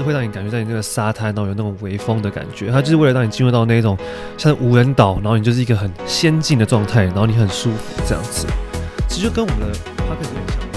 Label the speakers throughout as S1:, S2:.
S1: 会让你感觉在你那个沙滩，然后有那种微风的感觉。它就是为了让你进入到那种像无人岛，然后你就是一个很仙境的状态，然后你很舒服这样子。其实就跟我们的 podcast 有点像。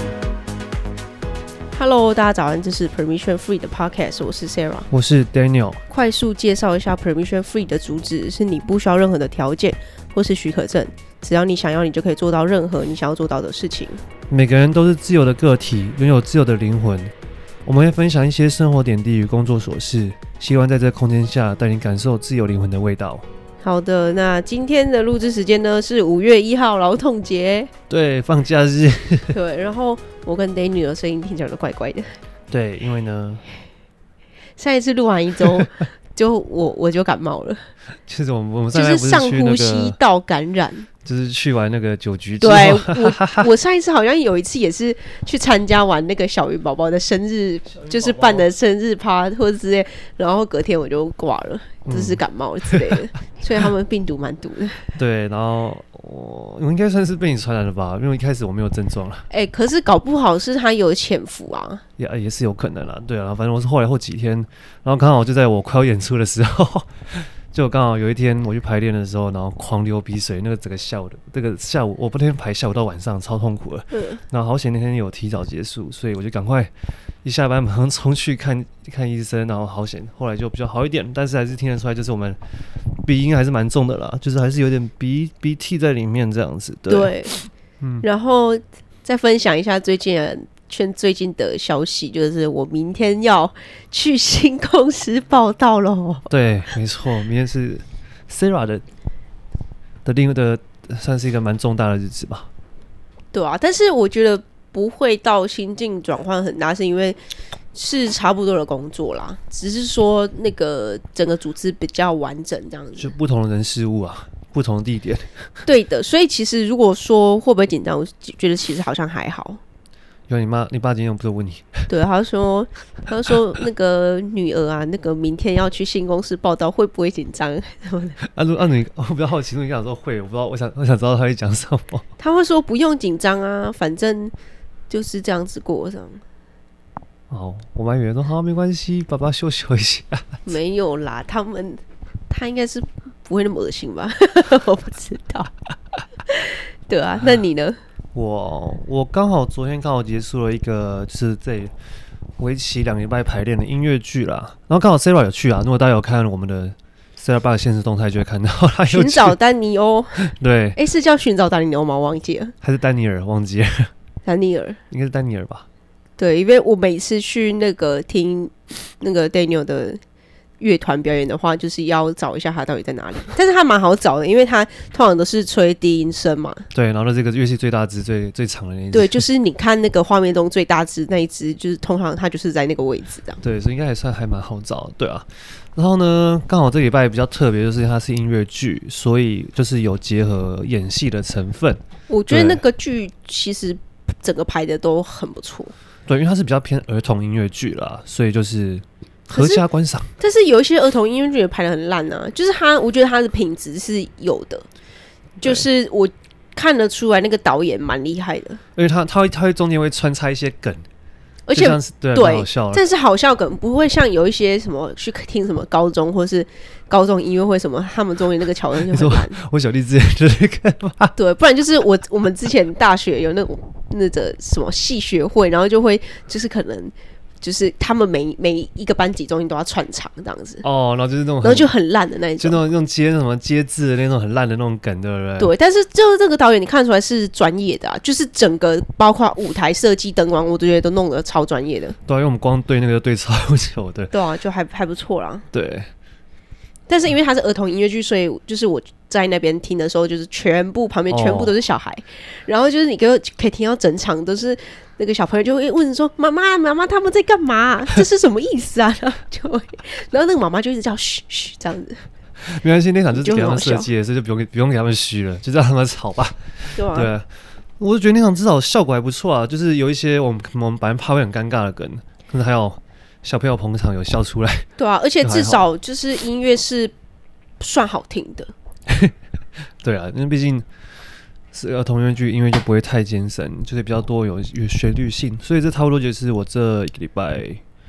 S2: Hello， 大家早安，这是 Permission Free 的 Podcast， 我是 Sarah，
S1: 我是 Daniel。
S2: 快速介绍一下 Permission Free 的主旨是你不需要任何的条件或是许可证，只要你想要，你就可以做到任何你想要做到的事情。
S1: 每个人都是自由的个体，拥有自由的灵魂。我们会分享一些生活点滴与工作琐事，希望在这个空间下带你感受自由灵魂的味道。
S2: 好的，那今天的录制时间呢是5月1号劳动节，
S1: 对，放假日。
S2: 对，然后我跟 Daniel 的声音听起来都怪怪的。
S1: 对，因为呢，
S2: 上一次录完1周，就我就感冒了，
S1: 就是我们
S2: 就是上呼吸道感染。
S1: 就是去玩那个酒局之后，
S2: 对，我上一次好像有一次也是去参加完那个小云宝宝的生日，就是办的生日趴或者之类，然后隔天我就挂了，就是感冒之类的，所以他们病毒蛮毒的。
S1: 对，然后我应该算是被你传染了吧，因为一开始我没有症状了。
S2: 可是搞不好是他有潜伏啊，
S1: 也是有可能啦。对啊，反正我是后几天，然后刚好就在我快要演出的时候。就刚好有一天我去排练的时候，然后狂流鼻水，那个整个下午我那天排下午到晚上超痛苦了。然后好险那天有提早结束，所以我就赶快一下班马上冲去看医生，然后好险后来就比较好一点，但是还是听得出来就是我们鼻音还是蛮重的啦，就是还是有点鼻涕在里面这样子。对，然后再分享一下最近的消息，就是我明天要去新公司报到咯。对， 没错，明天是 Sarah 的算是一个蛮重大的日子吧。
S2: 对啊，但是我觉得不会到心境转换很大，是因为是差不多的工作啦，只是说那个整个组织比较完整这样子，
S1: 就不同的人事物啊，不同的地点。
S2: 对的，所以其实如果说会不会紧张，我觉得其实好像还好。
S1: 有你爸今天不是问你？
S2: 对，他说那个女儿啊，那个明天要去新公司报到，会不会紧张？
S1: 你我比较好奇，你想说会，我不知道，我想知道他会讲什么。
S2: 他会说不用紧张啊，反正就是这样子过上。
S1: 哦，我们以为说好没关系，爸爸休一下。
S2: 没有啦，他应该是不会那么恶心吧？我不知道。对啊，那你呢？
S1: 我昨天刚好结束了一个就是这为期2礼拜排练的音乐剧啦，然后刚好 Sarah 有去啊，如果大家有看我们的 Sarah 爸的现实动态，就会看到他有去
S2: 寻找丹尼欧。
S1: 对，
S2: 是叫寻找丹尼欧吗？忘记了，
S1: 还是丹尼尔？忘记了，
S2: 丹尼尔
S1: 应该是丹尼尔吧？对，
S2: 因为我每次去那个听那个 Daniel 的乐团表演的话，就是要找一下他到底在哪里，但是他蛮好找的，因为他通常都是吹低音声嘛。对，
S1: 然后这个乐器最大支、最长的那一支。
S2: 对，就是你看那个画面中最大支那一支，就是通常他就是在那个位置这样。
S1: 对，所以应该还蛮好找的，对啊。然后呢，刚好这礼拜比较特别，就是它是音乐剧，所以就是有结合演戏的成分。
S2: 我觉得那个剧其实整个排的都很不错。
S1: 对，因为它是比较偏儿童音乐剧啦，所以就是合家观赏。
S2: 但是有一些儿童音乐剧也拍得很烂啊，就是我觉得它的品质是有的，就是我看得出来那个导演蛮厉害的，
S1: 而且他会中间会穿插一些梗，
S2: 而且
S1: 对好笑，
S2: 但是好笑梗不会像有一些什么去听什么高中或是高中音乐会什么，他们中间那个桥段就很烂。
S1: 我小弟之前就是看吧，
S2: 对，不然就是我们之前大学有那个什么系学会，然后就会就是可能。就是他们每一个班级中间都要串场这样子
S1: 哦，然后就是那种，
S2: 然后就很烂的那一种，
S1: 就那种接字的那种很烂的那种梗，对不对？
S2: 对，但是就是这个导演你看出来是专业的啊，就是整个包括舞台设计、灯光，我都觉得都弄得超专业的。
S1: 对啊，因为我们光对那个对超久的。
S2: 对啊，就还不错啦。
S1: 对。
S2: 但是因为它是儿童音乐剧，所以就是我在那边听的时候，就是旁边全部都是小孩，然后就是你可以听到整场都是那个小朋友就会问说：“妈妈，他们在干嘛？这是什么意思啊？”然后那个妈妈就一直叫嘘嘘这样子。
S1: 没关系，那场就是给他们设计的，所以就不用给他们嘘了，就让他们吵吧。
S2: 对啊。
S1: 对，我就觉得那场至少效果还不错啊，就是有一些我们本来怕会很尴尬的梗，但是还有小朋友捧场有笑出来。
S2: 对啊，而且至少就是音乐是算好听的。
S1: 对啊，因为毕竟是儿童音乐剧，音乐就不会太艰深，就是比较多有旋律性，所以这差不多就是我这一个礼拜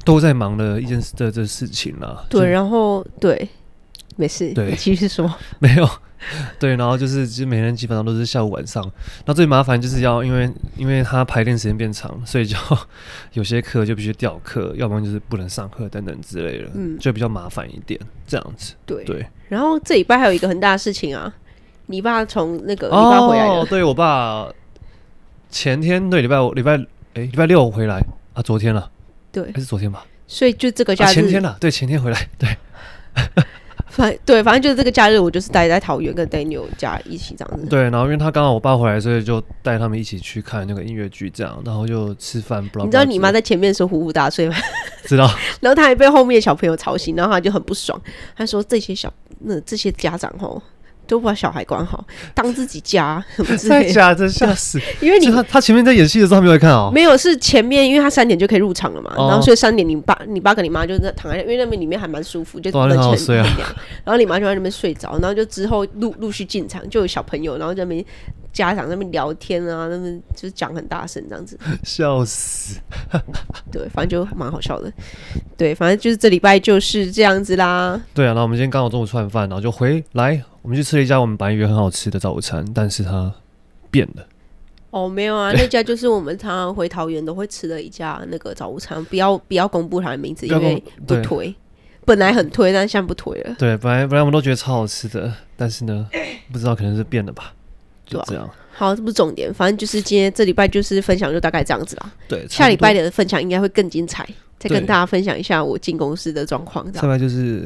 S1: 都在忙的一件事的事情啦。
S2: 对，然后对，没事，
S1: 对，
S2: 继续说。
S1: 没有。对，然后就是每天基本上都是下午晚上，那最麻烦就是因为他排练时间变长，所以就有些课就必须调课，要不然就是不能上课等等之类的，就比较麻烦一点这样子。
S2: 对。然后这礼拜还有一个很大的事情啊，你爸从那个你爸回来了。
S1: 对，我爸前天对礼拜六回来啊，昨天了，
S2: 对，
S1: 还是昨天吧？
S2: 所以就这个假日，
S1: 前天了，对，前天回来，对。
S2: 反正就是这个假日，我就是待在桃园跟 Daniel 家一起这样子。
S1: 对，然后因为他刚好我爸回来，所以就带他们一起去看那个音乐剧，这样，然后就吃饭。
S2: 你知道你妈在前面的时候呼呼大睡吗？
S1: 知道。
S2: 然后他还被后面的小朋友吵醒，然后他就很不爽，他说这些家长吼都不把小孩管好，当自己家什么之类的。
S1: 真假的，吓死！
S2: 因为
S1: 他前面在演戏的时候，他没有看哦。
S2: 没有，是前面，因为他3点就可以入场了嘛，然后所以3点你爸跟你妈就在躺在，因为那边里面还蛮舒服，就冷气很凉，然后你妈就在那边睡着，然后就之后陆续进场，就有小朋友，然后在那边家长在那边聊天啊，那边就是讲很大声这样子，
S1: 笑死。
S2: 对，反正就蛮好笑的。对，反正就是这礼拜就是这样子啦。
S1: 对啊，然后我们今天刚好中午吃完饭，然后就回来，我们去吃了一家我们本来以为很好吃的早餐，但是它变了。
S2: 哦，没有啊，那家就是我们常常回桃园都会吃的一家那个早午餐，不要公布它的名字，因为不推。本来很推，但现在不推了。
S1: 对，本来我们都觉得超好吃的，但是呢，不知道可能是变了吧，就这样。
S2: 好，这不是重点，反正就是今天这礼拜就是分享就大概这样子啦。
S1: 对，
S2: 下礼拜的分享应该会更精彩，再跟大家分享一下我进公司的状况。
S1: 下礼拜就是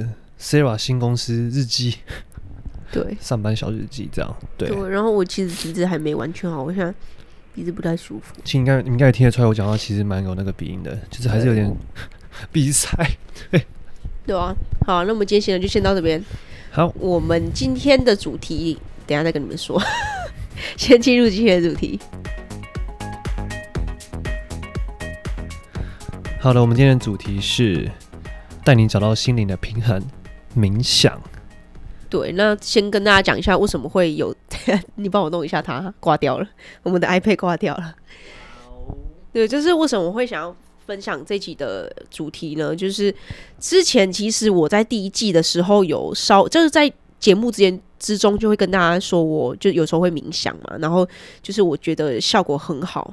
S1: Sarah 新公司日记，
S2: 对，
S1: 上班小日记这样。对，
S2: 然后我其实鼻子还没完全好，我现在鼻子不太舒服。
S1: 其实你应该也听得出来，我讲话其实蛮有那个鼻音的，就是还是有点鼻塞。
S2: 对啊，好，那我们今天就先到这边。
S1: 好，
S2: 我们今天的主题等一下再跟你们说。先进入今天的主题。
S1: 好的，我们今天的主题是带你找到心灵的平衡，冥想。
S2: 对，那先跟大家讲一下为什么会有，你帮我弄一下，它挂掉了，我们的 iPad 挂掉了。对，就是为什么我会想要分享这集的主题呢？就是之前其实我在第1季的时候就是在节目之中就会跟大家说，我就有时候会冥想嘛，然后就是我觉得效果很好。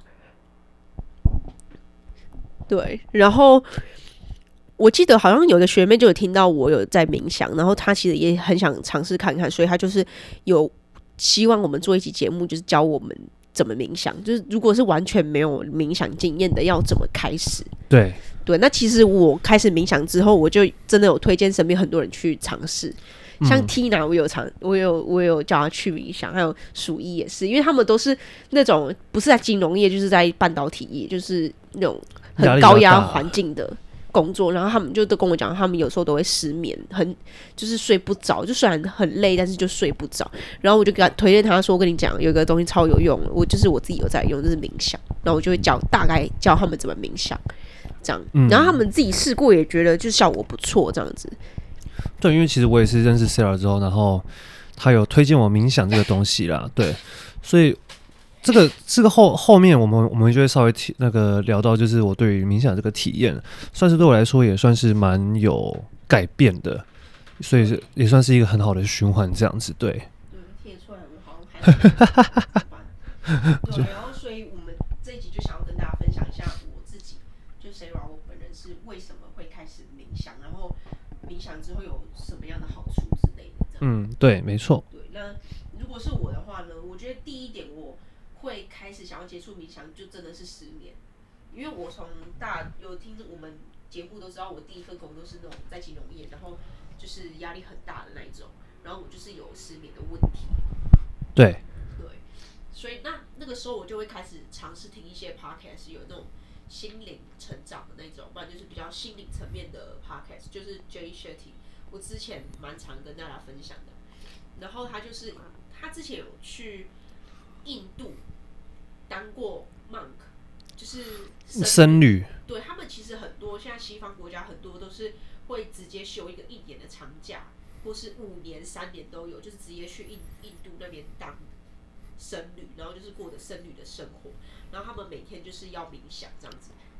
S2: 对，然后我记得好像有一个学妹就有听到我有在冥想，然后她其实也很想尝试看看，所以她就是有希望我们做一期节目，就是教我们怎么冥想，就是如果是完全没有冥想经验的，要怎么开始？对，那其实我开始冥想之后，我就真的有推荐身边很多人去尝试。像 Tina 我有叫她去冥想，还有鼠一也是，因为他们都是那种不是在金融业，就是在半导体业，就是那种很高压环境的工作，然后他们就都跟我讲，他们有时候都会失眠，就是睡不着，就虽然很累，但是就睡不着。然后我就给他推荐他说，我跟你讲，有一个东西超有用的，我自己有在用，就是冥想。然后我就会大概教他们怎么冥想，这样。然后他们自己试过，也觉得就效果不错，这样子。
S1: 对，因为其实我也是认识 Sarah 之后，然后他有推荐我冥想这个东西啦，对，所以这个后面我们就会稍微聊到，就是我对于冥想这个体验，算是对我来说也算是蛮有改变的，所以也算是一个很好的循环这样子，对。
S2: 贴出来我好像还对，然后所以我们这一集就想要跟大家分享一下我自己，就 Sarah 我本人是为什么会开始冥想，然后冥想之后有什么样的好处之类的。
S1: 对，没错。
S2: 对，那如果是我的话呢，我觉得第一点我会开始想要接触冥想，就真的是失眠，因为我从有听我们节目都知道，我第一份工作是那种在金融业，然后就是压力很大的那一种，然后我就是有失眠的问题。
S1: 对，
S2: 所以那个时候我就会开始尝试听一些 podcast， 有那种心灵成长的那种，不然就是比较心灵层面的 podcast， 就是 Jay Shetty， 我之前蛮常跟大家分享的。然后他之前有去印度当过 monk， 就是
S1: 僧侣。
S2: 对，他们其实很多现在西方国家很多都是会直接休一个1年的长假，或是5年、3年都有，就是直接去印度那边当僧侣，然后就是过着僧侣的生活，然后他们每天就是要冥想这样子。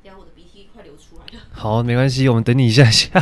S2: 等下我的鼻涕快流出来了。
S1: 好，没关系，我们等你一下下。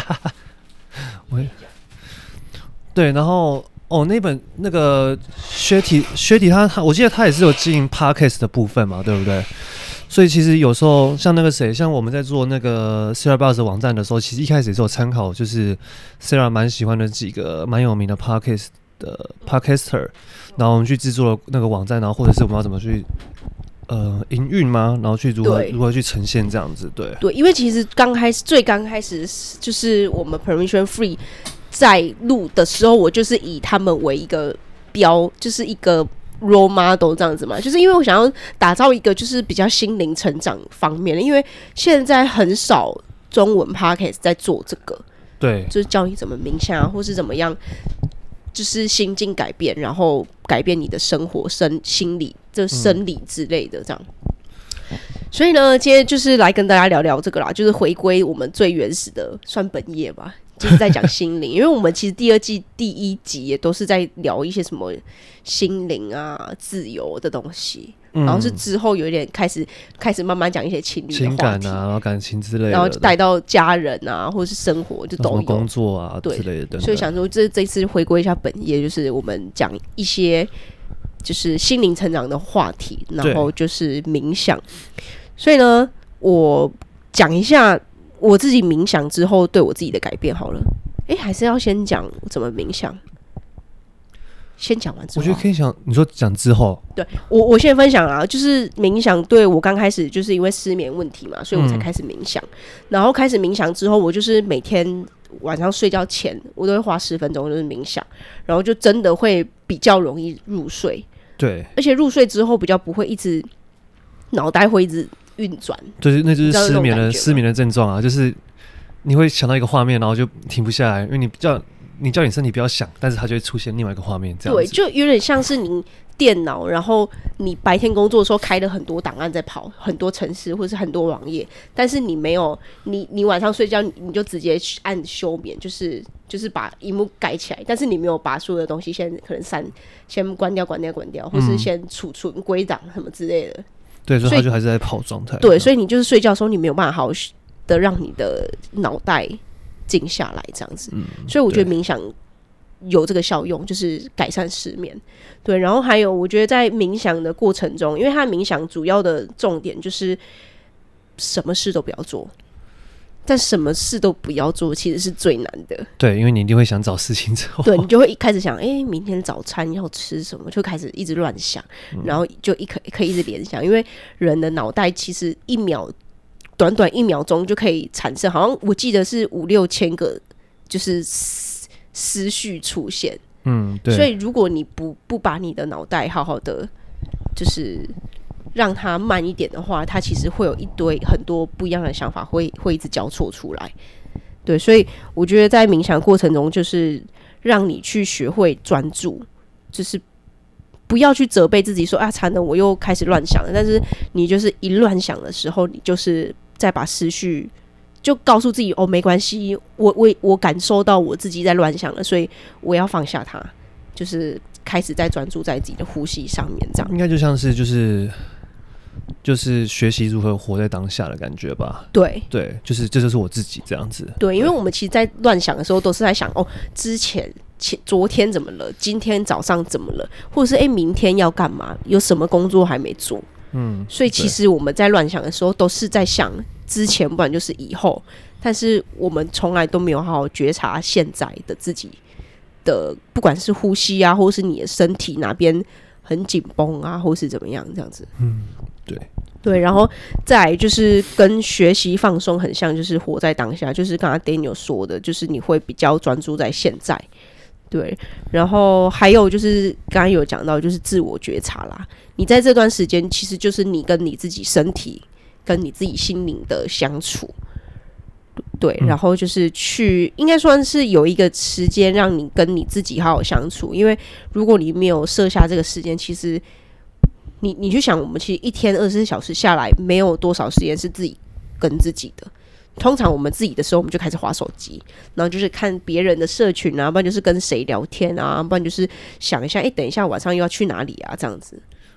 S1: 对，然后那个薛体他，我记得他也是有经营 podcast 的部分嘛，对不对？所以其实有时候像那个谁，像我们在做那个 Sarah Buzz 的网站的时候，其实一开始也是有参考，就是 Sarah 蛮喜欢的几个蛮有名的 podcast 的 podcaster， 然后我们去制作了那个网站，然后或者是我们要怎么去营运吗？然后去如何去呈现这样子，对，
S2: 因为其实最刚开始就是我们 Permission Free 在录的时候，我就是以他们为一个就是一个 role model 这样子嘛，就是因为我想要打造一个就是比较心灵成长方面的，因为现在很少中文 podcast 在做这个，
S1: 对，
S2: 就是教你怎么冥想或是怎么样，就是心境改变，然后改变你的生活、心理、生理之类的这样。所以呢，今天就是来跟大家聊聊这个啦，就是回归我们最原始的算本业吧，就是在讲心灵。因为我们其实第2季第1集也都是在聊一些什么心灵啊、自由的东西，然后是之后有一点开始慢慢讲一些情侣的话题
S1: 情感啊，然后感情之类的，
S2: 然后就带到家人啊，或者是生活就都有
S1: 工作啊之类的。
S2: 所以想说这次回归一下本业，就是我们讲一些就是心灵成长的话题，然后就是冥想。所以呢，我讲一下我自己冥想之后对我自己的改变好了。还是要先讲怎么冥想。先讲完之后，
S1: 我觉得可以讲，你说讲之后，
S2: 对，我先分享啊，就是冥想对我刚开始就是因为失眠问题嘛，所以我才开始冥想。然后开始冥想之后，我就是每天晚上睡觉前，我都会花10分钟就是冥想，然后就真的会比较容易入睡。
S1: 对，
S2: 而且入睡之后比较不会一直脑袋会一直运转，
S1: 对，那就是失眠的症状啊，就是你会想到一个画面，然后就停不下来，因为你叫你身体不要想，但是它就会出现另外一个画面，这样子。
S2: 对，就有点像是你电脑，然后你白天工作的时候开了很多档案在跑，很多程式或是很多网页，但是你没有，你晚上睡觉你就直接按休眠，就是把萤幕盖起来，但是你没有把所有的东西可能先关掉，或是先储存归档什么之类的。
S1: 对，所以它就还是在跑状态。
S2: 对，所以你就是睡觉的时候，你没有办法好好的让你的脑袋静下来，这样子。所以我觉得冥想有这个效用，就是改善失眠。对，然后还有，我觉得在冥想的过程中，因为它冥想主要的重点就是什么事都不要做。但什么事都不要做，其实是最难的。
S1: 对，因为你一定会想找事情做。对，
S2: 你就会一开始想，明天早餐要吃什么，就开始一直乱想，然后就可以一直联想。因为人的脑袋其实短短1秒钟就可以产生，好像我记得是5-6千个，就是思绪出现。对。所以如果你不把你的脑袋好好的，就是让它慢一点的话，它其实会有很多不一样的想法会一直交错出来。对，所以我觉得在冥想过程中，就是让你去学会专注，就是不要去责备自己说惨了，我又开始乱想了。但是你就是一乱想的时候，你就是再把思绪就告诉自己没关系，我感受到我自己在乱想了，所以我要放下它，就是开始在专注在自己的呼吸上面，这样应
S1: 该就像是就是学习如何活在当下的感觉吧。
S2: 对，
S1: 就是这就是我自己这样子。
S2: 对，因为我们其实在乱想的时候都是在想昨天怎么了，今天早上怎么了，或者是明天要干嘛，有什么工作还没做。所以其实我们在乱想的时候都是在想之前，不然就是以后，但是我们从来都没有好好觉察现在的自己的，不管是呼吸啊，或是你的身体哪边很紧绷啊，或是怎么样这样子。对，然后再来就是跟学习放松很像，就是活在当下，就是刚刚 Daniel 说的，就是你会比较专注在现在。对，然后还有就是刚刚有讲到，就是自我觉察啦。你在这段时间，其实就是你跟你自己身体、跟你自己心灵的相处。对，然后就是应该算是有一个时间让你跟你自己好好相处。因为如果你没有设下这个时间，其实你去想，我们其实一天24小时下来，没有多少时间是自己跟自己的。通常我们自己的时候，我们就开始滑手机，然后就是看别人的社群啊，不然就是跟谁聊天啊，不然就是想一下，等一下晚上又要去哪里啊，这样子。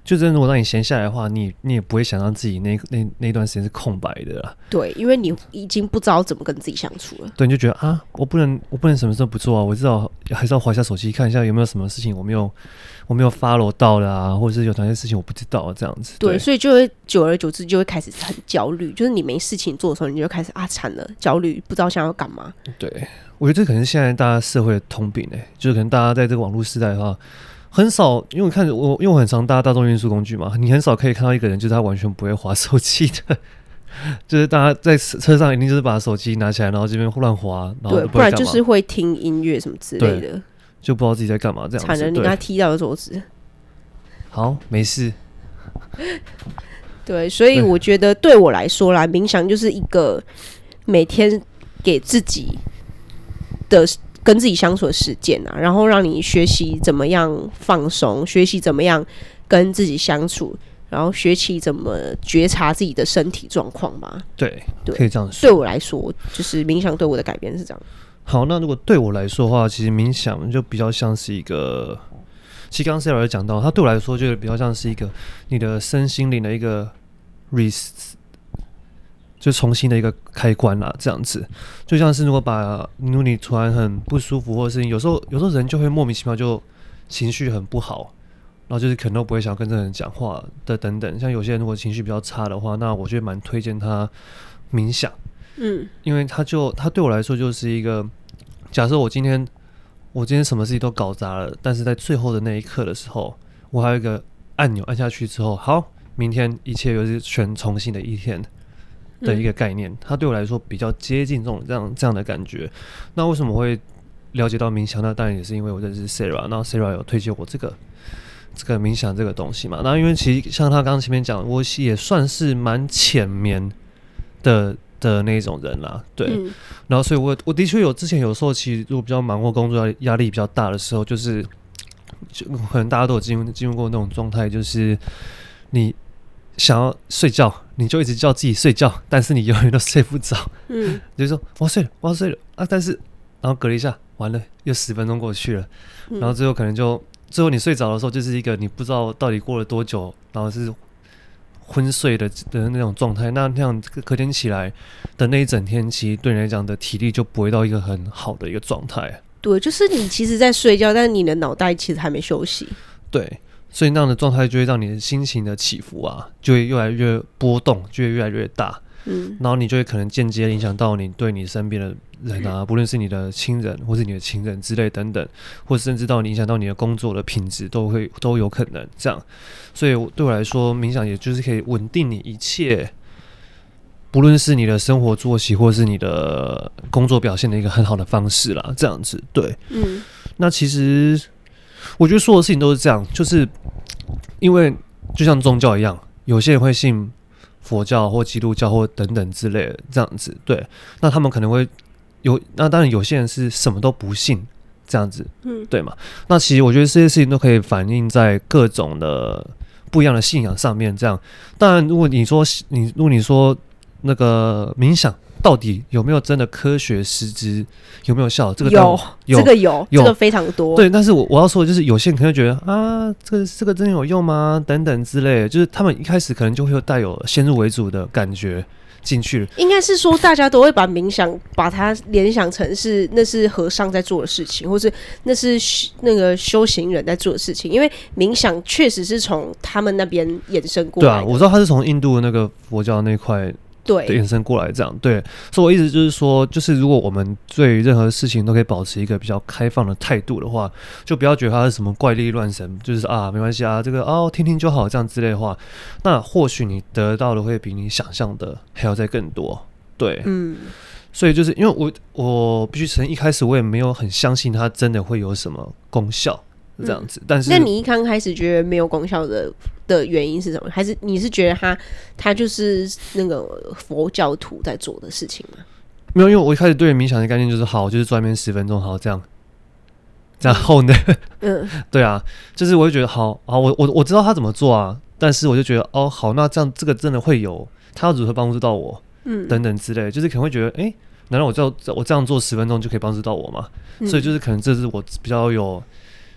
S1: 就真的如果让你闲下来的话，你也不会想让自己那段时间是空白的啦。
S2: 对，因为你已经不知道怎么跟自己相处了。
S1: 对，你就觉得啊，我不能什么事都不做啊，我至少还是要滑一下手机，看一下有没有什么事情我没有 follow 到的啊，或者是有哪些事情我不知道这样子。
S2: 对，所以就会久而久之就会开始很焦虑，就是你没事情做的时候，你就开始惨了，焦虑，不知道想要干嘛。
S1: 对，我觉得这可能是现在大家社会的通病就是可能大家在这个网络时代的话。很少，因为因为我很常搭大众运输工具嘛，你很少可以看到一个人就是他完全不会滑手机的，就是大家在车上一定就是把手机拿起来，然后这边乱滑，然后
S2: 对，不然就是会听音乐什么之类的，
S1: 就不知道自己在干嘛这样子。
S2: 惨了，你刚才踢到了桌子。
S1: 好，没事。
S2: 对，所以我觉得对我来说啦，冥想就是一个每天给自己的。跟自己相处的时间啊，然后让你学习怎么样放松，学习怎么样跟自己相处，然后学习怎么觉察自己的身体状况吧。
S1: 对，可以这样说。
S2: 对我来说，就是冥想对我的改变是这样。
S1: 好，那如果对我来说的话，其实冥想就比较像是一个，其实刚刚 Sarah 有讲到，它对我来说就比较像是一个你的身心灵的一个 就重新的一个开关啦，这样子，就像是如果你突然很不舒服，或者是有时候人就会莫名其妙就情绪很不好，然后就是可能都不会想跟这个人讲话的等等。像有些人如果情绪比较差的话，那我觉得蛮推荐他冥想，因为他对我来说就是一个，假设我今天什么事情都搞砸了，但是在最后的那一刻的时候，我还有一个按钮按下去之后，好，明天一切又是全重新的一天。的一个概念，它对我来说比较接近这样的感觉。那为什么会了解到冥想？那当然也是因为我认识 Sarah， 那 Sarah 有推荐我这个冥想这个东西嘛。那因为其实像他刚刚前面讲，我也算是蛮浅眠的那种人啦，对。然后所以我的确之前有时候其实如果比较忙或工作压力比较大的时候，就可能大家都有进入过那种状态，就是你想要睡觉，你就一直叫自己睡觉，但是你永远都睡不着。你就说我要睡了啊，但是然后隔了一下，完了又10分钟过去了，然后最后可能最后你睡着的时候，就是一个你不知道到底过了多久，然后是昏睡的那种状态。那样隔天起来的那一整天，其实对你来讲的体力就不会到一个很好的一个状态。
S2: 对，就是你其实在睡觉，但是你的脑袋其实还没休息。
S1: 对。所以那样的状态就会让你的心情的起伏啊，就会越来越波动，就会越来越大。然后你就会可能间接影响到你对你身边的人啊，不论是你的亲人或是你的情人之类等等，或甚至到你影响到你的工作的品质，都有可能这样。所以对我来说，冥想也就是可以稳定你一切，不论是你的生活作息或是你的工作表现的一个很好的方式啦，这样子。对，那其实。我觉得所有事情都是这样，就是因为就像宗教一样，有些人会信佛教或基督教或等等之类的这样子，对，那他们可能会那当然有些人是什么都不信这样子，对嘛？那其实我觉得这些事情都可以反映在各种的不一样的信仰上面，这样。当然，如果你说那个冥想。到底有没有真的科学实质有没有效？这个有，这个非常多。
S2: 对，
S1: 但是我要说的就是，有些人可能会觉得啊，这个真的有用吗？等等之类的，就是他们一开始可能就会带有先入为主的感觉进去了。
S2: 应该是说，大家都会把冥想把它联想成那是和尚在做的事情，或是那是那个修行人在做的事情。因为冥想确实是从他们那边衍生过来的。
S1: 对啊，我知道他是从印度的那个佛教那块。对，延伸过来这样，对，所以我意思就是说，就是如果我们对于任何事情都可以保持一个比较开放的态度的话，就不要觉得它是什么怪力乱神，就是啊没关系啊，这个听听就好这样之类的话，那或许你得到的会比你想象的还要再更多，对，所以就是因为我必须承认，一开始我也没有很相信它真的会有什么功效这样子，但是
S2: 那你一刚开始觉得没有功效的原因是什么？还是你是觉得他就是那个佛教徒在做的事情吗？
S1: 没有，因为我一开始对冥想的概念就是好，就是坐在那边10分钟，好这样后呢，对啊，就是我就觉得好，我知道他怎么做啊，但是我就觉得好，那这样这个真的会有，他要如何帮助到我，等等之类的，就是可能会觉得，难道我这样做10分钟就可以帮助到我吗？所以就是可能这是我比较有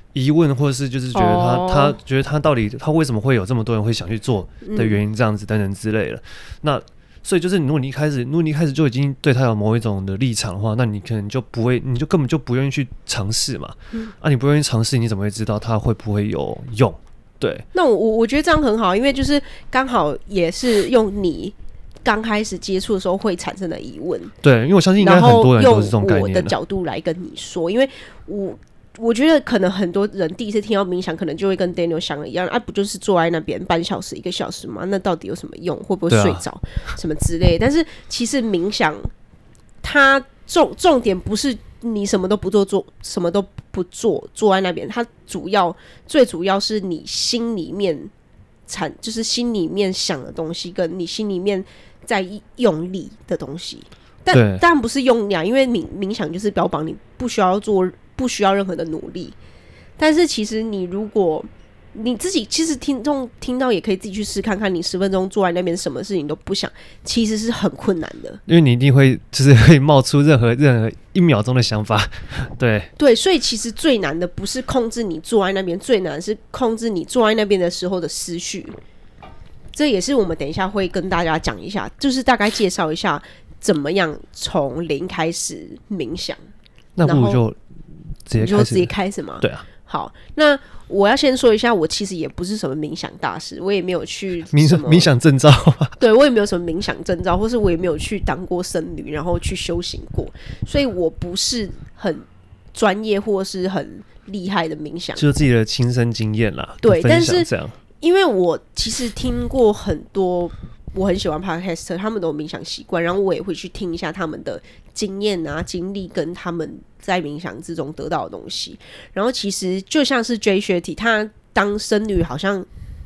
S1: 疑问，或者是就是觉得他觉得他到底他为什么会有这么多人会想去做的原因，这样子等等之类的。那所以就是如果你一开始就已经对他有某一种的立场的话，那你可能就不会，你就根本就不愿意去尝试嘛。你不愿意尝试，你怎么会知道他会不会有用？对。
S2: 那我觉得这样很好，因为就是刚好也是用你刚开始接触的时候会产生的疑问。
S1: 对，因为我相信应该很多人都是这种概念。
S2: 用我的角度来跟你说，因为我觉得可能很多人第一次听到冥想，可能就会跟 Daniel 想的一样，不就是坐在那边半小时、1个小时吗？那到底有什么用？会不会睡着、什么之类的？但是其实冥想，它重点不是你什么都不做，什么都不做，坐在那边。它最主要是你心里面就是心里面想的东西，跟你心里面在用力的东西。但当然不是用力啊，因为冥想就是标榜你不需要任何的努力，但是其实如果你自己，其实听众听到也可以自己去试看看，你10分钟坐在那边什么事情都不想，其实是很困难的，
S1: 因为你一定会就是会冒出任何1秒钟的想法。对，
S2: 所以其实最难的不是控制你坐在那边，最难的是控制你坐在那边的时候的思绪。这也是我们等一下会跟大家讲一下，就是大概介绍一下怎么样从0开始冥想。
S1: 那不如就直接
S2: 开始吗？
S1: 对啊。
S2: 好，那我要先说一下，我其实也不是什么冥想大师，我也没有去
S1: 冥想证照。
S2: 对，我也没有什么冥想证照，或是我也没有去当过僧侣，然后去修行过，所以我不是很专业或是很厉害的冥想，
S1: 就是自己的亲身经验啦。
S2: 对，但是
S1: 这样，
S2: 因为我其实听过很多。我很喜欢 podcaster， 他们都有冥想习惯，然后我也会去听一下他们的经验啊、经历跟他们在冥想之中得到的东西。然后其实就像是 Jay Shetty， 他当僧侣好像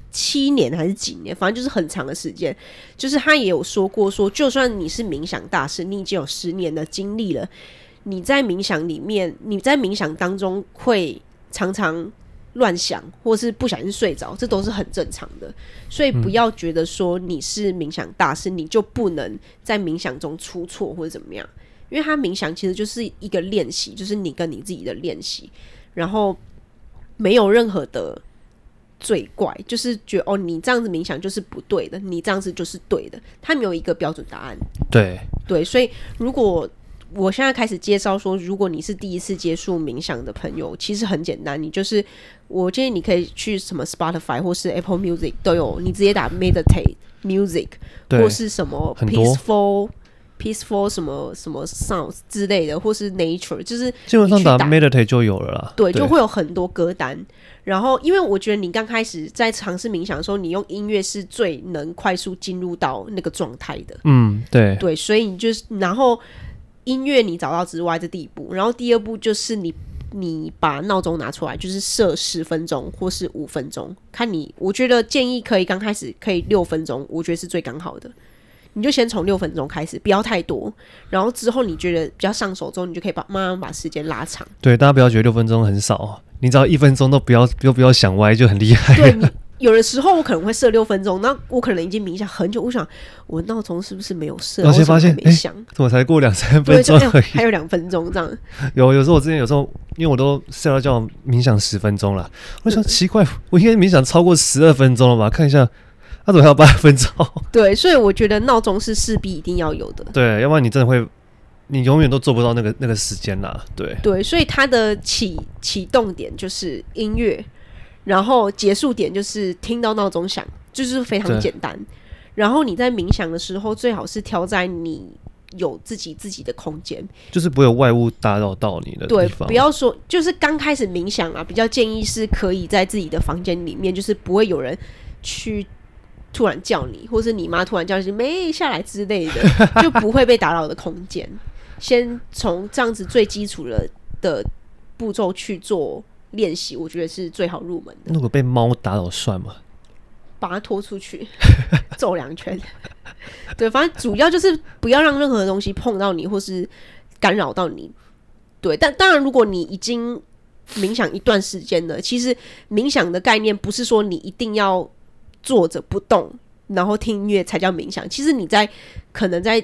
S2: 7年还是几年，反正就是很长的时间。就是他也有说过说，就算你是冥想大师，你已经有10年的经历了，你在冥想里面，你在冥想当中会常常乱想或是不小心睡着，这都是很正常的，所以不要觉得说你是冥想大师，你就不能在冥想中出错或者怎么样，因为他冥想其实就是一个练习，就是你跟你自己的练习，然后没有任何的罪怪，就是觉得你这样子冥想就是不对的，你这样子就是对的，他没有一个标准答案。对，所以如果我现在开始介绍说，如果你是第一次接触冥想的朋友，其实很简单，你就是我建议你可以去什么 Spotify 或是 Apple Music 都有，你直接打 Meditate Music 或是什么 Peaceful 什么 Sounds 之类的，或是 Nature， 就是
S1: 基本上打 Meditate 就有了啦。
S2: 对，就会有很多歌单。然后因为我觉得你刚开始在尝试冥想的时候，你用音乐是最能快速进入到那个状态的。对，所以你就是然后音乐你找到之外，这第一步，然后第二步就是你把闹钟拿出来，就是设10分钟或是5分钟，看我觉得建议可以刚开始可以6分钟，我觉得是最刚好的。你就先从6分钟开始，不要太多，然后之后你觉得比较上手之后，你就可以慢慢把时间拉长。
S1: 对，大家不要觉得6分钟很少，你只要1分钟都不要想歪就很厉害了。
S2: 对，有的时候我可能会设6分钟，那我可能已经冥想很久，我想我闹钟是不是没有设，
S1: 然后先发现
S2: 没响，
S1: 怎么才过2-3分钟而已，
S2: 还有2分钟这样。
S1: 有时候我之前因为我都设到叫我冥想10分钟了，我想奇怪，我应该冥想超过12分钟了吧？看一下。怎么还有8分钟？
S2: 对，所以我觉得闹钟是势必一定要有的。
S1: 对，要不然你真的会，你永远都做不到那个时间啦。对，
S2: 所以它的启动点就是音乐，然后结束点就是听到闹钟响，就是非常简单。然后你在冥想的时候，最好是挑在你有自己的空间，
S1: 就是不会有外物打扰到你的地方。
S2: 对，不要说就是刚开始冥想啊，比较建议是可以在自己的房间里面，就是不会有人去突然叫你，或是你妈突然叫你没下来之类的，就不会被打扰的空间。先从这样子最基础的步骤去做练习，我觉得是最好入门的。
S1: 如果被猫打扰算吗？
S2: 把它拖出去，揍2拳。对，反正主要就是不要让任何东西碰到你，或是干扰到你。对，但当然，如果你已经冥想一段时间了，其实冥想的概念不是说你一定要坐着不动，然后听音乐才叫冥想。其实你可能在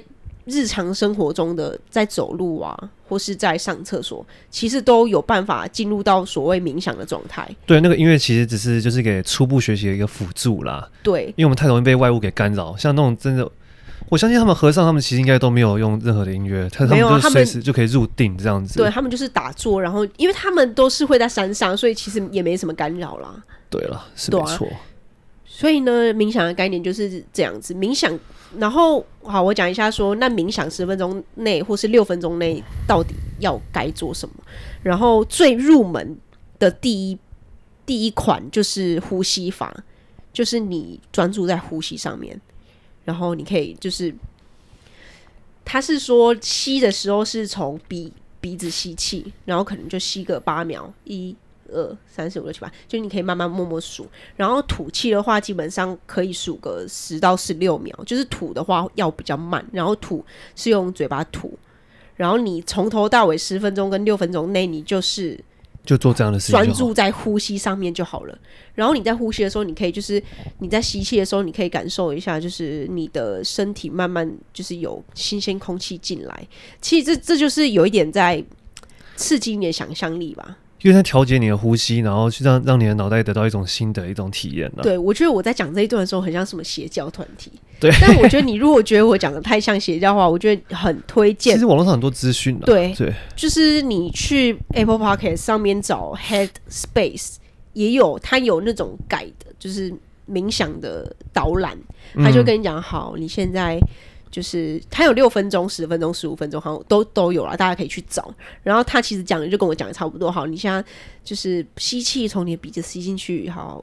S2: 日常生活中的在走路啊，或是在上厕所，其实都有办法进入到所谓冥想的状态。
S1: 对，那个音乐其实只是就是给初步学习的一个辅助啦。
S2: 对，
S1: 因为我们太容易被外物给干扰，像那种真的，我相信他们和尚他们其实应该都没有用任何的音乐，他们就随时就可以入定这样子。
S2: 对，他们就是打坐，然后因为他们都是会在山上，所以其实也没什么干扰啦。
S1: 对了，是没错。
S2: 所以呢，冥想的概念就是这样子。冥想，然后好，我讲一下说，那冥想10分钟内或是6分钟内到底要该做什么？然后最入门的第一款就是呼吸法，就是你专注在呼吸上面，然后你可以就是他是说吸的时候是从鼻子吸气，然后可能就吸个8秒，1、2、3、4、5、6、7、8，就你可以慢慢默默数。然后吐气的话，基本上可以数个10到16秒，就是吐的话要比较慢，然后吐是用嘴巴吐。然后你从头到尾10分钟跟6分钟内，你就
S1: 做这样的事情，
S2: 专注在呼吸上面就好了。然后你在呼吸的时候，你可以就是你在吸气的时候，你可以感受一下，就是你的身体慢慢就是有新鲜空气进来。其实这就是有一点在刺激你的想象力吧。
S1: 因为它调节你的呼吸，然后去让你的脑袋得到一种新的一种体验啊。
S2: 对，我觉得我在讲这一段的时候，很像什么邪教团体。
S1: 对，
S2: 但我觉得你如果觉得我讲的太像邪教的话，我觉得很推荐。
S1: 其实网络上很多资讯啊。
S2: 对，就是你去 Apple Podcast 上面找 Headspace， 也有它有那种改的，就是冥想的导览，他就跟你讲，好，你现在。就是它有6分钟、10分钟、15分钟，好像都有啦，大家可以去找。然后他其实讲的就跟我讲的差不多。好，你现在就是吸气从你的鼻子吸进去，好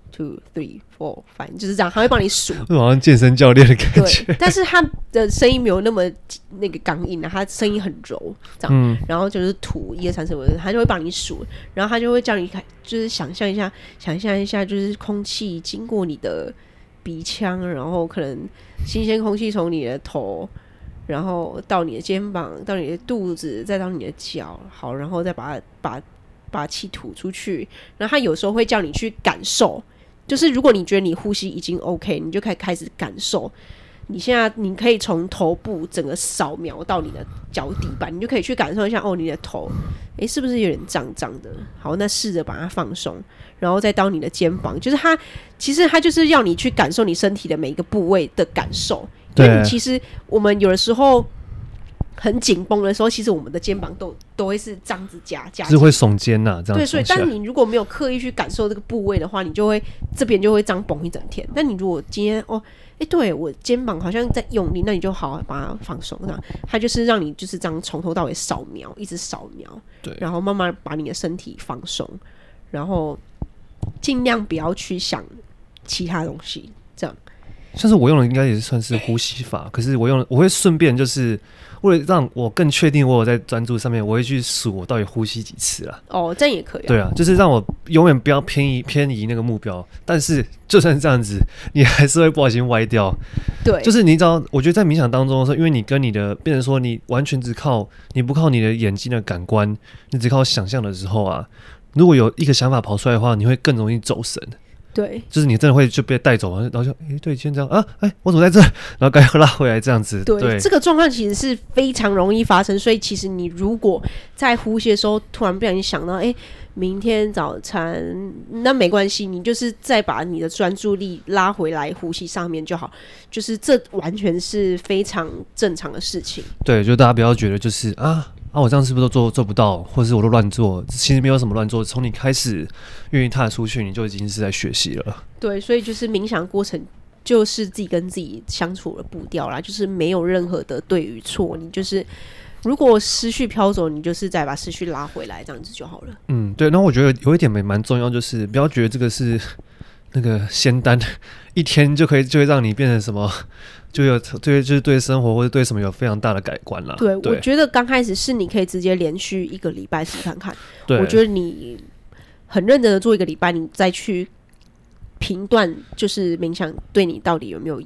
S2: ，1、2、3、4、5，就是这样，他会帮你数。
S1: 好像健身教练的感觉。
S2: 对，但是他的声音没有那么那个刚硬啊，他声音很柔，这样。然后就是吐1、2、3、4、5，他就会帮你数，然后他就会叫你就是想象一下，就是空气经过你的鼻腔，然后可能新鲜空气从你的头，然后到你的肩膀，到你的肚子，再到你的脚，好，然后再把气吐出去。然后他有时候会叫你去感受，就是如果你觉得你呼吸已经 OK， 你就可以开始感受。你现在你可以从头部整个扫描到你的脚底板，你就可以去感受一下，哦，你的头，是不是有点胀胀的？好，那试着把它放松，然后再到你的肩膀，就是其实它就是要你去感受你身体的每一个部位的感受。因为其实我们有的时候很紧绷的时候，其实我们的肩膀都会是这样子夹，
S1: 是会耸肩呐，这样。
S2: 对，所以但你如果没有刻意去感受这个部位的话，你就会这边就会这样绷一整天。但你如果今天对我肩膀好像在用力，那你就好好把它放松，这样它就是让你就是这样从头到尾扫描，一直扫描，
S1: 对，
S2: 然后慢慢把你的身体放松，然后尽量不要去想其他东西，这样。
S1: 像是我用的应该也是算是呼吸法，可是我会顺便就是为了让我更确定我有在专注上面，我会去数我到底呼吸几次啊。
S2: 哦，这样也可以。
S1: 对啊，就是让我永远不要偏移那个目标。但是就算这样子，你还是会不小心歪掉。
S2: 对，
S1: 就是你知道，我觉得在冥想当中的时候，因为你跟你的变成说你完全你不靠你的眼睛的感官，你只靠想象的时候啊，如果有一个想法跑出来的话，你会更容易走神。
S2: 对，就是
S1: 你真的会就被带走，然后就对，先这样啊，我怎么在这？然后该拉回来这样子。对，
S2: 这个状况其实是非常容易发生，所以其实你如果在呼吸的时候突然不小心想到，明天早餐，那没关系，你就是再把你的专注力拉回来呼吸上面就好，就是这完全是非常正常的事情。
S1: 对，就大家不要觉得就是我这样是不是都做不到，或者是我都乱做？其实没有什么乱做，从你开始愿意踏出去，你就已经是在学习了。
S2: 对，所以就是冥想过程就是自己跟自己相处的步调啦，就是没有任何的对与错，你就是如果思绪飘走，你就是再把思绪拉回来，这样子就好了。对。
S1: 那我觉得有一点蛮重要，就是不要觉得这个是那个仙丹，一天就会让你变成什么。就是对生活或者对什么有非常大的改观啦。
S2: 对，我觉得刚开始是你可以直接连续1个礼拜试看看。对，我觉得你很认真的做1个礼拜，你再去评断就是冥想对你到底有没有用。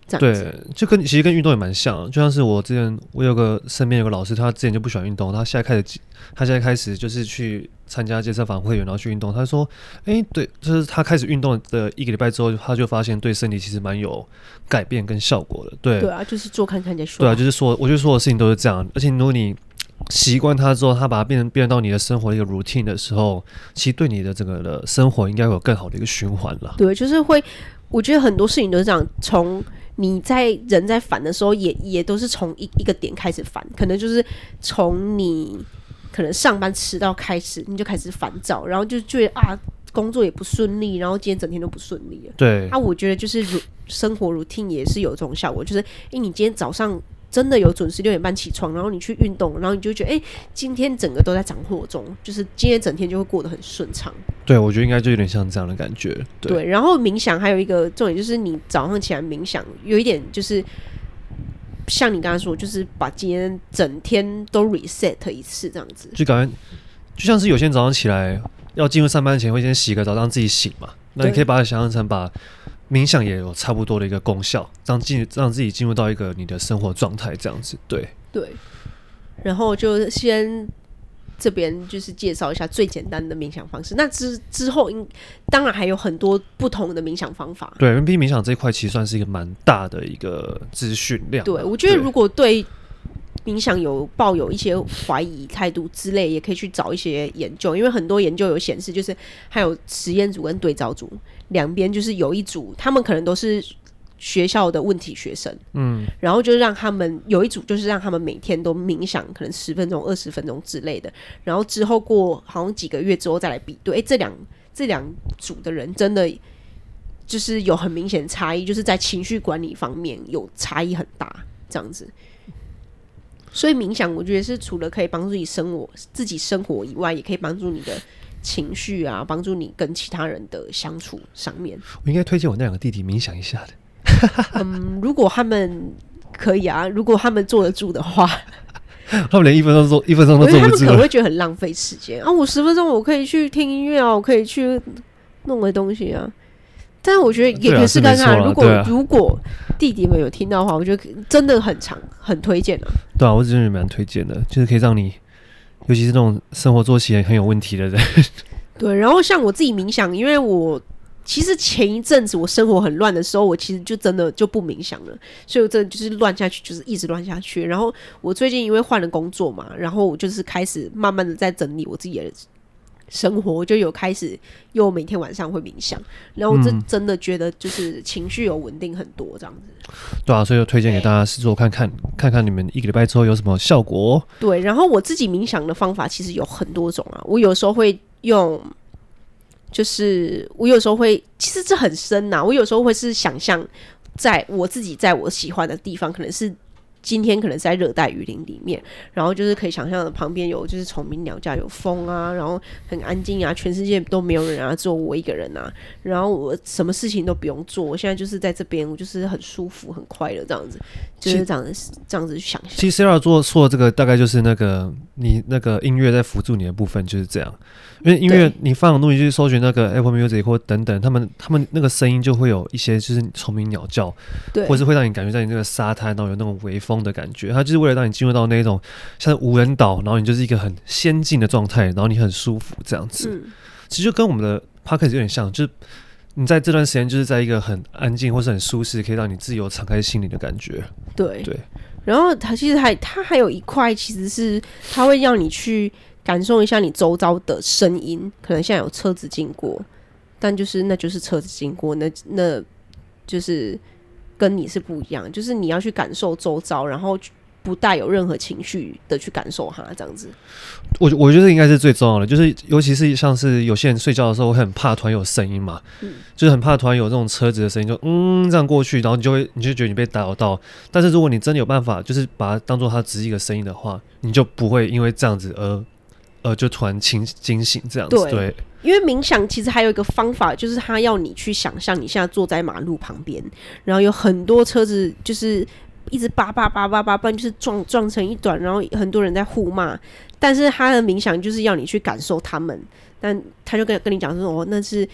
S2: 这样子。
S1: 对，就其实跟运动也蛮像的，就像是我之前身边有个老师，他之前就不喜欢运动，他现在开始就是去参加健身房会员，然后去运动。他说，对，就是他开始运动的1个礼拜之后，他就发现对身体其实蛮有改变跟效果的。对
S2: 啊，就是做看看再说。
S1: 对啊，就是说，我觉得所有事情都是这样，而且如果你习惯它之后，它把它变到你的生活的一个 routine 的时候，其实对你的整个的生活应该会有更好的一个循环了。
S2: 对，就是我觉得很多事情都是这样，从你人在烦的时候也都是从一个点开始烦，可能就是从你可能上班迟到开始，你就开始烦躁，然后就觉得工作也不顺利，然后今天整天都不顺利了。
S1: 对，
S2: 我觉得就是生活 routine 也是有这种效果，就是你今天早上真的有准时6点半起床，然后你去运动，然后你就觉得今天整个都在掌握中，就是今天整天就会过得很顺畅。
S1: 对，我觉得应该就有点像这样的感觉。 对，
S2: 然后冥想还有一个重点就是你早上起来冥想有一点就是像你刚才说，就是把今天整天都 reset 一次这样子，
S1: 就感觉就像是有些人早上起来要进入上班前会先洗个澡让自己醒嘛，那你可以把它想象成把冥想也有差不多的一个功效，让自己进入到一个你的生活状态这样子。对，
S2: 然后就先这边就是介绍一下最简单的冥想方式，那之后当然还有很多不同的冥想方法。
S1: 对，因为冥想这一块其实算是一个蛮大的一个资讯量。
S2: 对，我觉得如果对冥想抱有一些怀疑态度之类，也可以去找一些研究，因为很多研究有显示，就是还有实验组跟对照组两边，就是有一组他们可能都是学校的问题学生，然后就让他们有一组就是让他们每天都冥想，可能10分钟、20分钟之类的，然后之后过好像几个月之后再来比对，这两组的人真的就是有很明显差异，就是在情绪管理方面有差异很大，这样子。所以冥想我觉得是除了可以帮助你自己生活以外，也可以帮助你的情绪啊，帮助你跟其他人的相处上面。
S1: 我应该推荐我那2个弟弟冥想一下的。
S2: 如果他们可以啊，如果他们坐得住的话，
S1: 他们连1分钟都坐不住，
S2: 他们可能会觉得很浪费时间啊。我10分钟我可以去听音乐啊，我可以去弄个东西啊。但我觉得也可以试看看，如果弟弟们有听到的话，我觉得真的很推荐啊。
S1: 对啊，我真的蛮推荐的，就是可以让你，尤其是那种生活作息很有问题的人。
S2: 对，然后像我自己冥想，因为我其实前一阵子我生活很乱的时候，我其实就真的就不冥想了，所以我真的就是乱下去，就是一直乱下去。然后我最近因为换了工作嘛，然后我就是开始慢慢的在整理我自己的生活，我就有开始又每天晚上会冥想，然后我真的觉得就是情绪有稳定很多这样子。
S1: 对啊，所以就推荐给大家试做看看你们1个礼拜之后有什么效果。
S2: 对，然后我自己冥想的方法其实有很多种啊，我有时候会用。就是我有时候会，其实这很深呐。我有时候会是想象，我自己在我喜欢的地方，可能是今天可能是在热带雨林里面，然后就是可以想象的旁边有就是虫鸣鸟叫，有风啊，然后很安静啊，全世界都没有人啊，只有我一个人啊，然后我什么事情都不用做，我现在就是在这边，我就是很舒服很快乐这样子，就是这样子去想象。
S1: 其实 Sarah 说的这个大概就是你那个音乐在辅助你的部分就是这样，因为音乐你放很多你去搜寻那个 Apple Music 或等等，他们那个声音就会有一些就是虫鸣鸟叫，或者是会让你感觉在你那个沙滩，然后有那种微风的感觉，它就是为了让你进入到那种像无人岛，然后你就是一个很仙境的状态，然后你很舒服这样子。其实就跟我们的 Podcast 有点像，就是你在这段时间就是在一个很安静或是很舒适，可以让你自由敞开心灵的感觉。
S2: 对。然后它其实它还有一块，其实是它会让你去感受一下你周遭的声音，可能现在有车子经过，但那就是车子经过，那就是跟你是不一样，就是你要去感受周遭，然后不带有任何情绪的去感受它，这样子。
S1: 我觉得应该是最重要的，就是尤其是像是有些人睡觉的时候会很怕突然有声音嘛，就是很怕突然有这种车子的声音，就这样过去，然后你就觉得你被打扰到。但是如果你真的有办法，就是把它当做它只是一个声音的话，你就不会因为这样子而就突然惊醒这样子。对，
S2: 因为冥想其实还有一个方法，就是它要你去想象你现在坐在马路旁边，然后有很多车子就是一直叭，不然就是撞成一团，然后很多人在互骂。但是他的冥想就是要你去感受他们，但他就跟你讲说，那是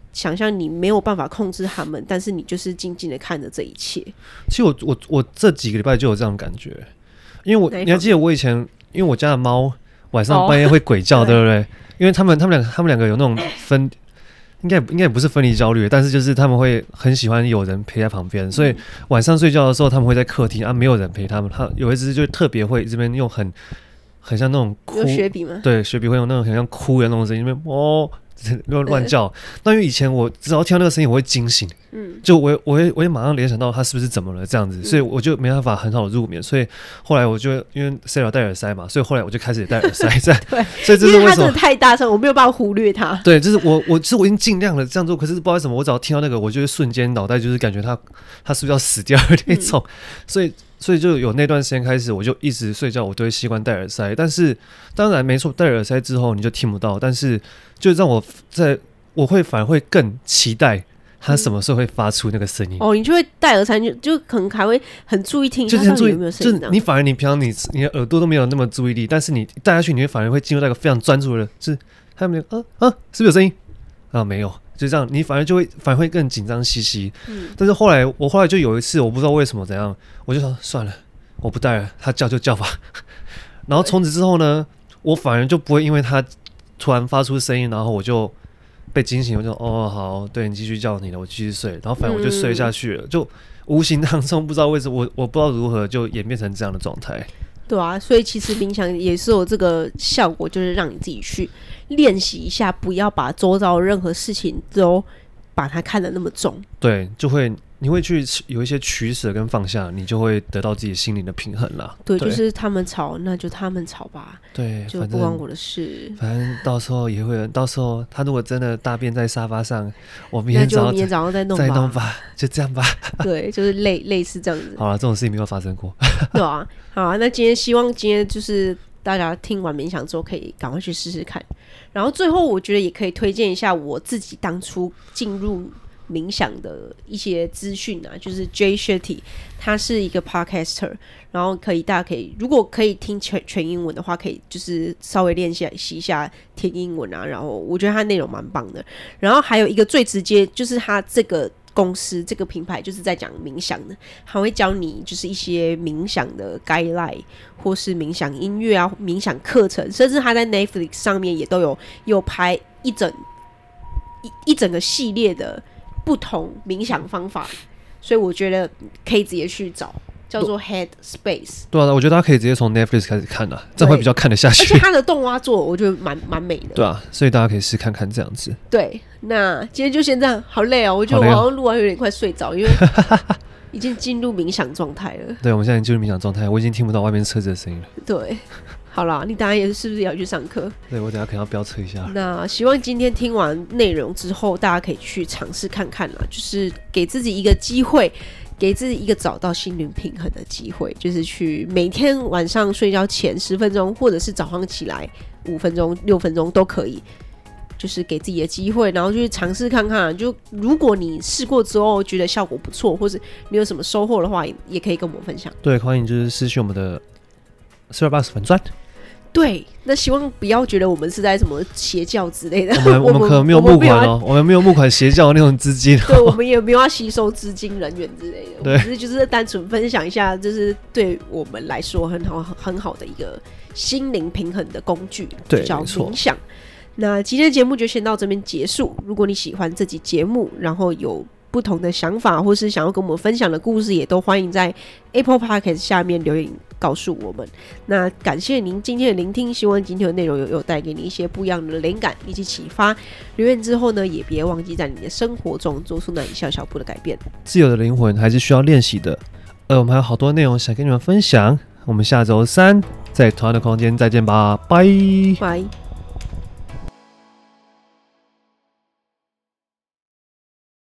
S2: 想象你没有办法控制他们，但是你就是静静的看着这一切。
S1: 其实我这几个礼拜就有这样的感觉，因为你还记得我以前，因为我家的猫晚上半夜会鬼叫，对不对？因为他们两个有那种应该也不是分离焦虑，但是就是他们会很喜欢有人陪在旁边，所以晚上睡觉的时候他们会在客厅没有人陪他们。他有一只就特别会这边用很像那种哭，
S2: 有雪笔吗？
S1: 对，雪笔会用那种很像哭的那种声音，那边乱叫。那因为以前我只要听到那个声音，我会惊醒，就我会马上联想到他是不是怎么了这样子，所以我就没办法很好的入眠。所以后来我就因为 Sarah 戴耳塞嘛，所以后来我就开始也戴耳塞这样。
S2: 对，
S1: 所以这是为什么？因为
S2: 它真的太大声，我没有办法忽略它。
S1: 对，就是我已经尽量了这样做，可是不知道为什么，我只要听到那个，我就会瞬间脑袋就是感觉他是不是要死掉的那种，所以就有那段时间开始，我就一直睡觉，我都会习惯戴耳塞。但是当然没错，戴耳塞之后你就听不到，但是就让我会反而会更期待他什么时候会发出那个声音。
S2: 你就会戴耳塞，就可能还会很注意听他到底有没有声音。
S1: 就是你反而你平常你的耳朵都没有那么注意力，但是你戴下去，你会反而会进入那个非常专注的，就是他们是不是有声音没有。就这样，你反而会更紧张兮兮。但是我后来就有一次，我不知道为什么怎样，我就说算了，我不戴了，他叫就叫吧。然后从此之后呢，我反而就不会因为他突然发出声音，然后我就被惊醒，我就好，对你继续叫你了，我继续睡。然后反正我就睡下去了，就无形当中不知道为什么，我不知道如何就演变成这样的状态。
S2: 对啊，所以其实冥想也是有这个效果，就是让你自己去练习一下，不要把周遭任何事情都把它看得那么重。
S1: 对，你会去有一些取舍跟放下，你就会得到自己心灵的平衡啦。
S2: 对，就是他们吵，那就他们吵吧。
S1: 对，
S2: 就不关我的事。
S1: 反正到时候也会有人，到时候他如果真的大便在沙发上，我明天早
S2: 上再弄
S1: 吧，就这样吧。
S2: 对，就是类似这样子。
S1: 好了，这种事情没有发生过。
S2: 对啊，好啊，那希望今天就是大家听完冥想之后，可以赶快去试试看。然后最后，我觉得也可以推荐一下我自己当初进入冥想的一些资讯啊，就是 Jay Shetty， 他是一个 podcaster， 然后大家可以如果可以听全英文的话，可以就是稍微练习一下听英文啊，然后我觉得他内容蛮棒的。然后还有一个最直接，就是他这个公司这个品牌就是在讲冥想的，他会教你就是一些冥想的 guideline， 或是冥想音乐啊、冥想课程，甚至他在 Netflix 上面也都有拍一整个系列的不同冥想方法，所以我觉得可以直接去找，叫做 Headspace。对
S1: 啊，我觉得大家可以直接从 Netflix 开始看啊，这样会比较看得下去。
S2: 而且他的动画做，我觉得蛮美的。
S1: 对啊，所以大家可以试看看这样子。
S2: 对，那今天就先这样，好累啊！我觉得我好像录完有点快睡着，因为已经进入冥想状态了。
S1: 对，我们现在进入冥想状态，我已经听不到外面车子的声音了。
S2: 对。好啦，你等一下也是不是也要去上课？
S1: 对，我等一下可能要飙车一下。
S2: 那希望今天听完内容之后，大家可以去尝试看看啦，就是给自己一个机会，给自己一个找到心灵平衡的机会，就是去每天晚上睡觉前10分钟，或者是早上起来5分钟、6分钟都可以，就是给自己的机会，然后就去尝试看看。就如果你试过之后觉得效果不错，或者你有什么收获的话，也可以跟我们分享。
S1: 对，欢迎就是私讯我们的Starbucks 粉专。
S2: 对，那希望不要觉得我们是在什么邪教之类的。
S1: 我们可能没有募款哦，我们没有募款邪教的那种资金。
S2: 对，我们也没有要吸收资金人员之类的。对，只是就是单纯分享一下，就是对我们来说很好的一个心灵平衡的工具，就叫冥想。那今天的节目就先到这边结束。如果你喜欢这集节目，然后有不同的想法，或是想要跟我们分享的故事，也都欢迎在 Apple Podcast 下面留言告诉我们。那感谢您今天的聆听，希望今天的内容有带给你一些不一样的灵感以及启发。留言之后呢，也别忘记在你的生活中做出那一小步的改变。
S1: 自由的灵魂还是需要练习的，我们还有好多内容想跟你们分享。我们下周3在同样的空间再见吧，拜拜。